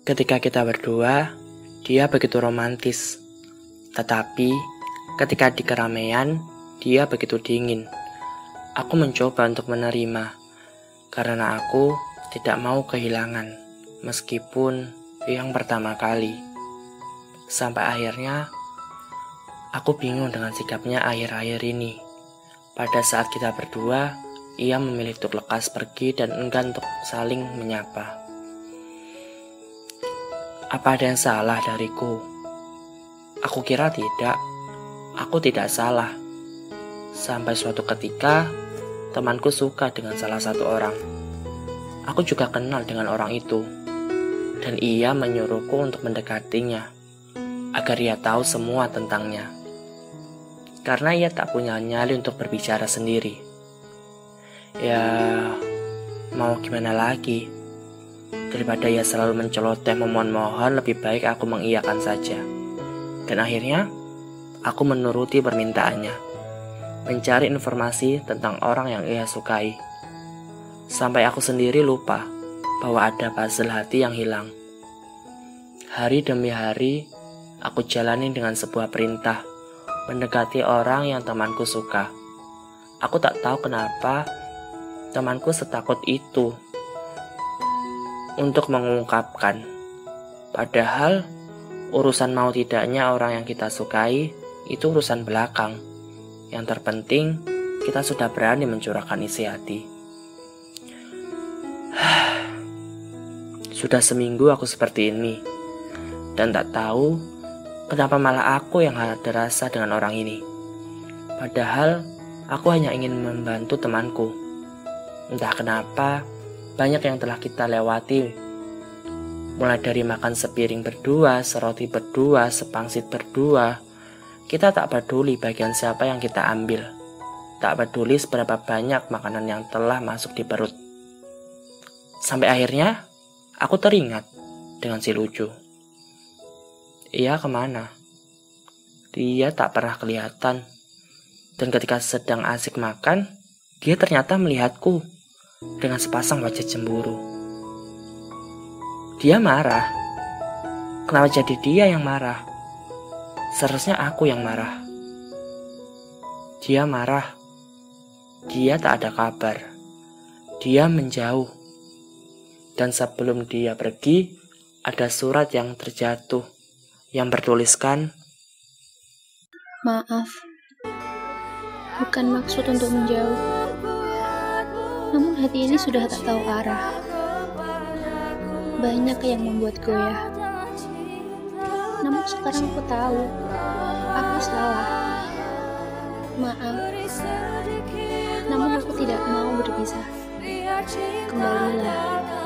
Ketika kita berdua, dia begitu romantis. Tetapi, ketika di keramaian, dia begitu dingin. Aku mencoba untuk menerima, karena aku tidak mau kehilangan, meskipun yang pertama kali. Sampai akhirnya, aku bingung dengan sikapnya akhir-akhir ini. Pada saat kita berdua, ia memilih untuk lekas pergi dan enggan untuk saling menyapa. Apa ada yang salah dariku? Aku kira tidak. Aku tidak salah. Sampai suatu ketika, temanku suka dengan salah satu orang. Aku juga kenal dengan orang itu. Dan ia menyuruhku untuk mendekatinya, agar ia tahu semua tentangnya. Karena ia tak punya nyali untuk berbicara sendiri. Ya, mau gimana lagi? Daripada ia selalu menceloteh memohon-mohon, lebih baik aku mengiyakan saja. Dan akhirnya, aku menuruti permintaannya, mencari informasi tentang orang yang ia sukai. Sampai aku sendiri lupa bahwa ada puzzle hati yang hilang. Hari demi hari, aku jalani dengan sebuah perintah, mendekati orang yang temanku suka. Aku tak tahu kenapa temanku setakut itu untuk mengungkapkan. Padahal urusan mau tidaknya orang yang kita sukai itu urusan belakang. Yang terpenting kita sudah berani mencurahkan isi hati. Sudah seminggu aku seperti ini, dan tak tahu kenapa malah aku yang ada rasa dengan orang ini. Padahal aku hanya ingin membantu temanku. Entah kenapa banyak yang telah kita lewati. Mulai dari makan sepiring berdua, seroti berdua, sepangsit berdua. Kita tak peduli bagian siapa yang kita ambil. Tak peduli seberapa banyak makanan yang telah masuk di perut. Sampai akhirnya aku teringat dengan si lucu. Ia kemana? Dia tak pernah kelihatan. Dan ketika sedang asik makan, dia ternyata melihatku dengan sepasang wajah cemburu. Dia marah. Kenapa jadi dia yang marah? Seharusnya aku yang marah. Dia marah. Dia tak ada kabar. Dia menjauh. Dan sebelum dia pergi, ada surat yang terjatuh yang bertuliskan, "Maaf, bukan maksud untuk menjauh. Namun hati ini sudah tak tahu arah. Banyak yang membuat goyah. Namun sekarang aku tahu, aku salah. Maaf, namun aku tidak mau berpisah. Kembalilah.